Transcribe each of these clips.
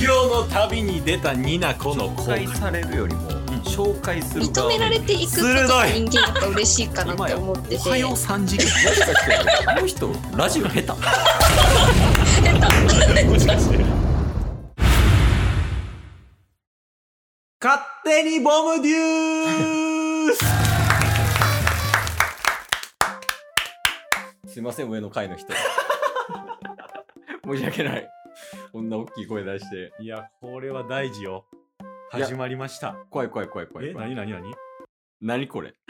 教の旅に出たニナコの紹介されるよりも、紹介する側認められていくことが人間やっぱ嬉しいかなって思ってて。 おはよう3時間もしかしてあの人ラジオ下手下もしかして勝手にボムデュースすいません、上の階の人申し訳ない、こんな大きい声出して。 いや、これは大事よ。始まりました。 怖い。何これ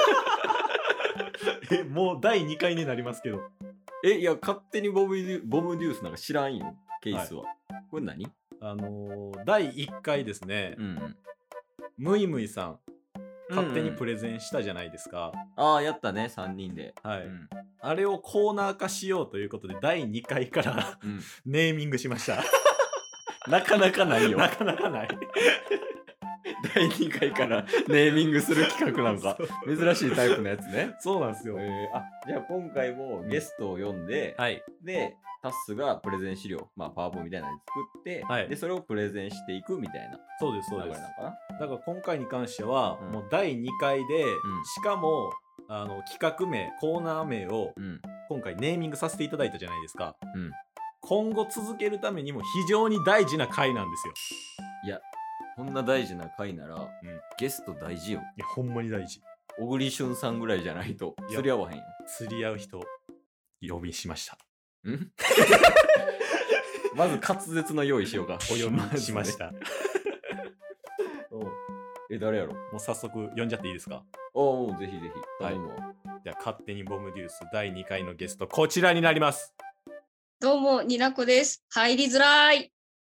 もう第2回になりますけど。 いや、勝手にボムデュースなんか知らんよ、ケースは。これ何？ 第1回ですね、むいむいさん勝手にプレゼンしたじゃないですか。 ああ、やったね、3人で。 はい、あれをコーナー化しようということで第2回からネーミングしましたなかなかないよ。 なかなかない第2回からネーミングする企画なんか珍しいタイプのやつね。 そうなんですよ。 じゃあ今回もゲストを呼んで、でタッスがプレゼン資料、パワーポみたいなの作って、でそれをプレゼンしていくみたいな。 そうですそうです。 なのかな。 だから今回に関しては、もう第2回で、しかも企画名コーナー名を、今回ネーミングさせていただいたじゃないですか。今後続けるためにも非常に大事な回なんですよ。 いや、こんな大事な回なら、ゲスト大事よ。 いや、ほんまに大事。 小栗旬さんぐらいじゃないと釣り合わへんよ。 釣り合う人呼びしました。 まず滑舌の用意しようか。 お呼びしました誰やろ。 もう早速呼んじゃっていいですか？ ぜひぜひ。 じゃあ勝手にボムデュース第2回のゲストこちらになります。 どうも、ニナコです。入りづらい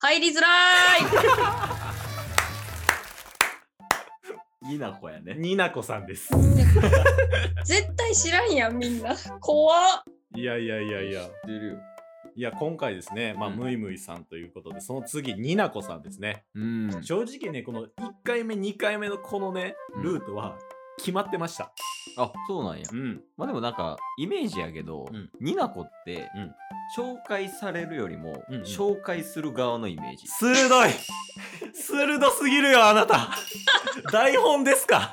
ニナコやね。 ニナコさんです。 絶対知らんやん、みんな。怖っ。 いや。知ってるよ。 いや、今回ですね、むいむいさんということで、その次、ニナコさんですね。正直ね、この1回目、2回目のこのね、ルートは決まってました。 あ、そうなんや。でもなんか、イメージやけど、ニナコって、紹介されるよりも、紹介する側のイメージ。 鋭すぎるよ、あなた。台本ですか？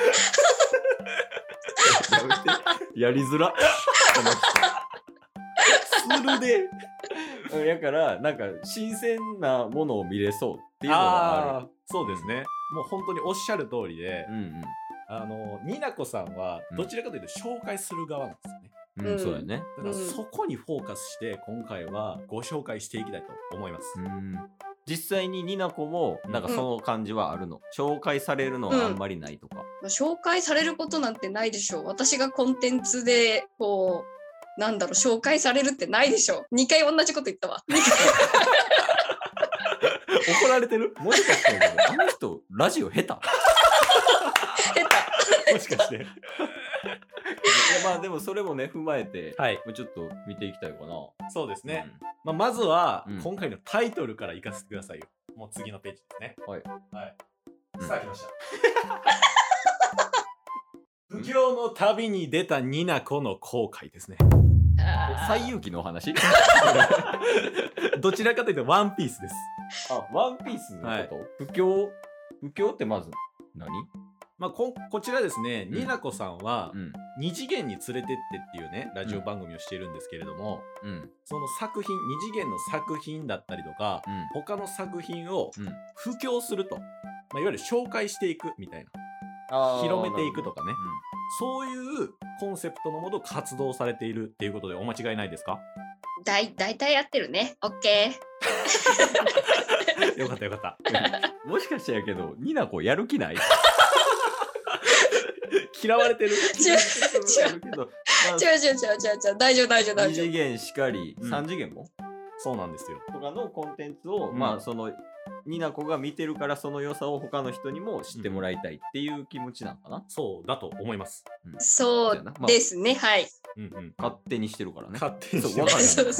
やりづら。だからなんか新鮮なものを見れそうっていうのがある。 そうですね。もう本当におっしゃる通りで、ニナコさんはどちらかというと紹介する側なんですよね。 そうだね。 だからそこにフォーカスして今回はご紹介していきたいと思います。 実際にニナコもなんかその感じはあるの？紹介されるのはあんまりないとか。 紹介されることなんてないでしょう。私がコンテンツでこう紹介されるってないでしょ。2回同じこと言ったわ。 怒られてる？ もしかしてあの人ラジオ下手？ もしかして。 でもそれもね踏まえて、ちょっと見ていきたいかな。 そうですね。まずは、今回のタイトルからいかせてくださいよ。もう次のページですね。さあ来ました。不況の旅に出たニナコの後悔ですね。 西遊記のお話？ どちらかというとワンピースです。 ワンピースのこと？不況ってまず何？ こちらですね、ニナコさんは二次元に連れてってっていうねラジオ番組をしているんですけれども、その作品、二次元の作品だったりとか、他の作品を布教すると、いわゆる紹介していくみたいな、広めていくとかね、そういうコンセプトのもと活動されているっていうことでお間違いないですか？ だいたいやってるね。オッケー。よかった。 もしかしてやけど、ニナコやる気ない？ 嫌われてる。 違う。大丈夫。 2次元しかり、3次元もそうなんですよ。 とかのコンテンツを、そのニナコが見てるからその良さを他の人にも知ってもらいたいっていう気持ちなのかな？ そうだと思います。 そうですね。はい。 勝手にしてるからね。 勝手にしてる。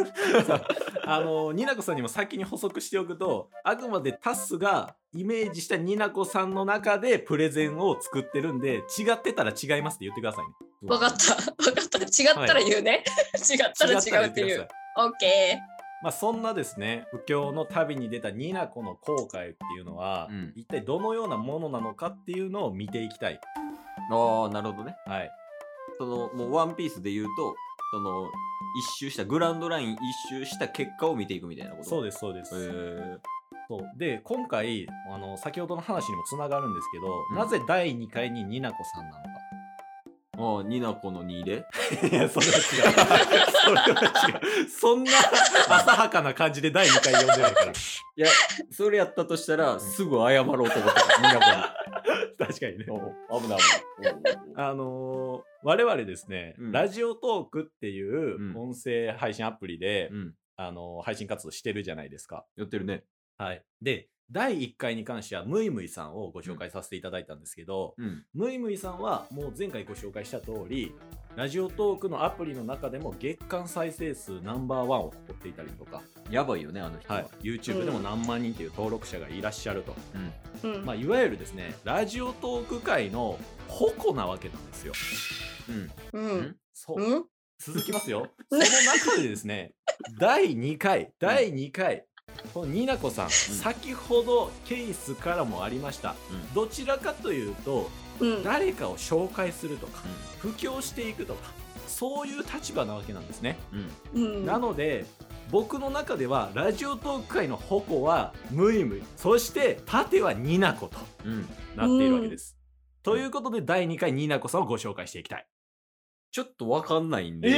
ニナコさんにも先に補足しておくと、あくまでタスがイメージしたニナコさんの中でプレゼンを作ってるんで、違ってたら違いますって言ってくださいね。 分かった。違ったら言うね。違ったら違うっていう。オッケそんなですね、不況の旅に出たニナコの後悔っていうのは、一体どのようなものなのかっていうのを見ていきたい。 ああ、なるほどね。 はい。 もうワンピースで言うと、一周したグランドライン一周した結果を見ていくみたいなこと。 そうですそうです。そうで今回先ほどの話にもつながるんですけど、なぜ第2回にニナコさんなのか。 ああ、ニナコの2でいや、それは違う。それは違う。そんな浅はかな感じで第2回読んでないから。いや、それやったとしたら、すぐ謝ろうと思ってた、ニナコに。 確かにね。 危ない危ない。 我々ですね、ラジオトークっていう音声配信アプリで、配信活動してるじゃないですか。 やってるね。 はい。で、第1回に関してはムイムイさんをご紹介させていただいたんですけど、ムイムイさんはもう前回ご紹介した通り、ラジオトークのアプリの中でも月間再生数ナンバーワンを誇っていたりとか、 やばいよね、あの人は。 YouTube でも何万人という登録者がいらっしゃると。いわゆるですね、ラジオトーク界の矛なわけなんですよ。そう。続きますよ。その中でですね、第2回、このニナコさん、先ほどケースからもありました。どちらかというと、誰かを紹介するとか、布教していくとか、そういう立場なわけなんですね。なので、僕の中ではラジオトーク界の矛はムイムイ、そして盾はニナコとなっているわけです。ということで第2回ニナコさんをご紹介していきたい。 ちょっとわかんないんで。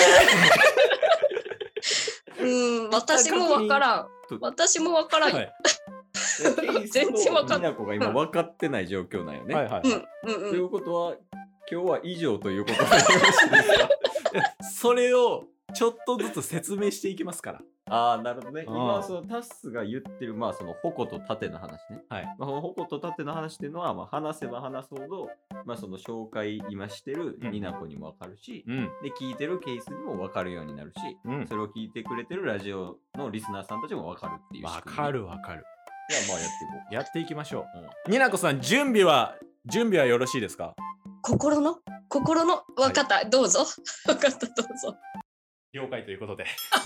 私もわからん。私もわからん。全然わかんない。 ニナコが今分かってない状況なんよね。ということは今日は以上ということでよろしいですか？ それをちょっとずつ説明していきますから。 ああ、なるほどね。今そのタスが言ってる矛と盾の話ね。この矛と盾の話っていうのは話せば話すほどその紹介今してるニナコにも分かるし、で聞いてるケースにも分かるようになるし、それを聞いてくれてるラジオのリスナーさんたちも分かるっていう仕組み。 分かる分かる。 じゃあやっていこう。 やっていきましょう。ニナコさん準備はよろしいですか？ 心の分かった、どうぞ。分かったどうぞ。 了解ということで。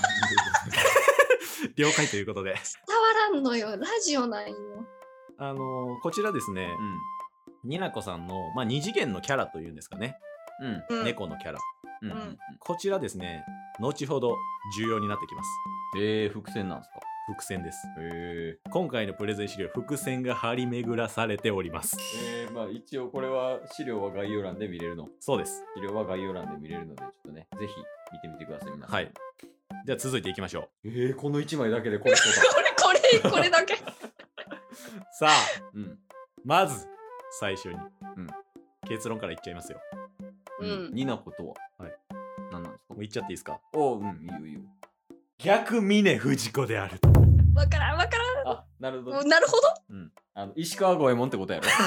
了解ということで。 伝わらんのよ、ラジオなんよ。 こちらですね、ニナコさんの、2次元のキャラというんですかね。猫のキャラ。こちらですね、後ほど重要になってきます。 伏線なんですか？ 伏線です。今回のプレゼン資料、伏線が張り巡らされております。 一応これは資料は概要欄で見れるの？ そうです。 資料は概要欄で見れるので、ちょっとね、ぜひ見てみてください、皆さん。はい。 では続いていきましょう。この1枚だけでこれこれだけ。 さあ、まず最初に、結論から言っちゃいますよ。 ニナコとは何なんですか？ もう言っちゃっていいですか？ いいよ。 逆峰不二子である。 わからん。 あ、なるほど。 なるほど。石川五右衛門ってことやろ？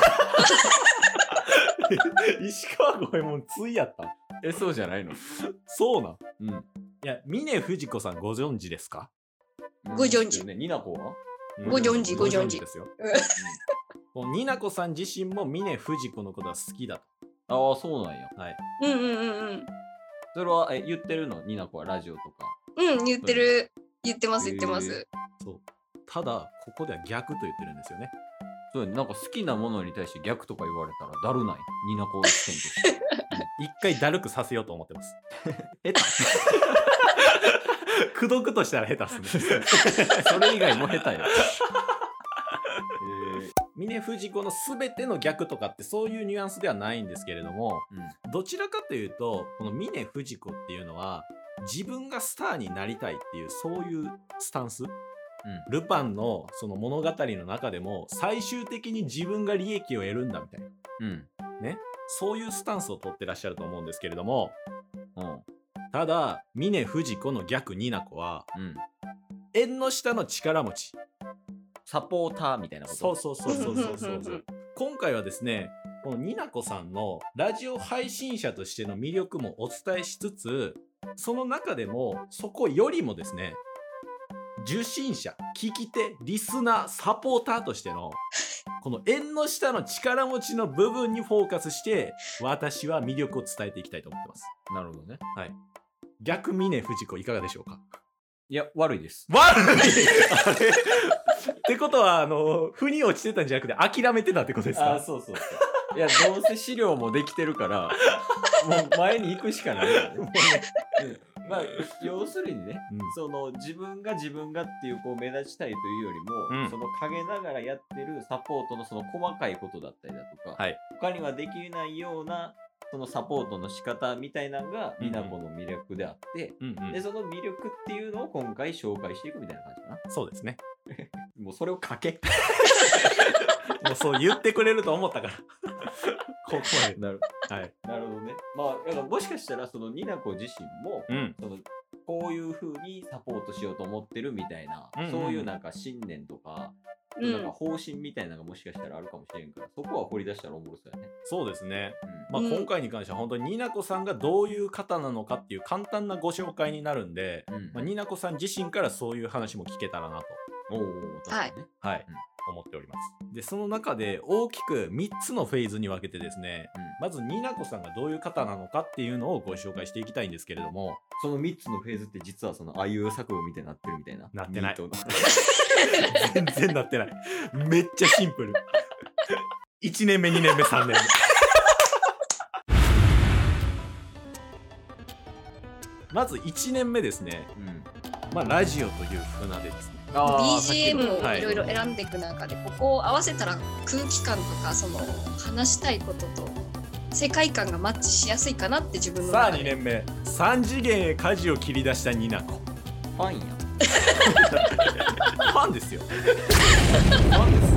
石川五右衛門ついやった？ そうじゃないの？ そうなん？いや、峰不二子さんご存知ですか？ ご存知。 ニナコは？ ご存知ですよ。ニナコさん自身も峰不二子のことは好きだと。 ああ、そうなんや。 はい。 それは言ってるの？ニナコはラジオとか。 言ってる。言ってます。 そう。ただここでは逆と言ってるんですよね。 そう、なんか好きなものに対して逆とか言われたらだるない？ニナコ視点として。 一回だるくさせようと思ってます。下手。くどくとしたら下手っすね。 それ以外も下手よ。 峰不二子の全ての逆とかってそういうニュアンスではないんですけれども、どちらかというとこの峰不二子っていうのは自分がスターになりたいっていうそういうスタンス、ルパンのその物語の中でも最終的に自分が利益を得るんだみたいな、ね、そういうスタンスを取ってらっしゃると思うんですけれども、ただ峰不二子の逆ニナコは、縁の下の力持ち、 サポーターみたいなこと。 そう今回はですね、このニナコさんのラジオ配信者としての魅力もお伝えしつつ、その中でもそこよりもですね、受信者、聞き手、リスナー、サポーターとしてのこの縁の下の力持ちの部分にフォーカスして私は魅力を伝えていきたいと思ってます。 なるほどね。 はい。逆峰不二子いかがでしょうか？ いや、悪いです。 悪いってことは、腑に落ちてたんじゃなくて諦めてたってことですか？ あ、そうそうそう。いや、どうせ資料もできてるから、もう前に行くしかないよね。まあ、要するにね、その自分がっていうこう目立ちたいというよりも、その陰ながらやってるサポートのその細かいことだったりだとか、他にはできないようなそのサポートの仕方みたいなのがニナコの魅力であって、でその魅力っていうのを今回紹介していくみたいな感じかな。 そうですね。 もうそれを書け。 もうそう言ってくれると思ったから。ここまでなる。はい。なるほどね。まあだからもしかしたらそのニナコ自身も、そのこういう風にサポートしようと思ってるみたいな、そういうなんか信念とか。なんか方針みたいなのがもしかしたらあるかもしれんから、そこは掘り出したらおもろそうやね。 そうですね。まあ今回に関しては本当にニナコさんがどういう方なのかっていう簡単なご紹介になるんで、まあ、ニナコさん自身からそういう話も聞けたらなと。 はい。 はい。思っております。で、その中で大きく3つのフェーズに分けてですね、まずニナコさんがどういう方なのかっていうのをご紹介していきたいんですけれども、 その3つのフェーズって実はそのあいう作文みたいになってるみたいな。 なってない。全然なってない。めっちゃシンプル。1年目、2年目、3年目。まず1年目ですね。まあラジオという船でですね。 BGM をいろいろ選んでいく中で、ここを合わせたら空気感とかその話したいことと世界観がマッチしやすいかなって自分の中で。 さあ2年目、3次元へ舵を切り出したニナコ。 ファンや。 ファンですよ。ファンです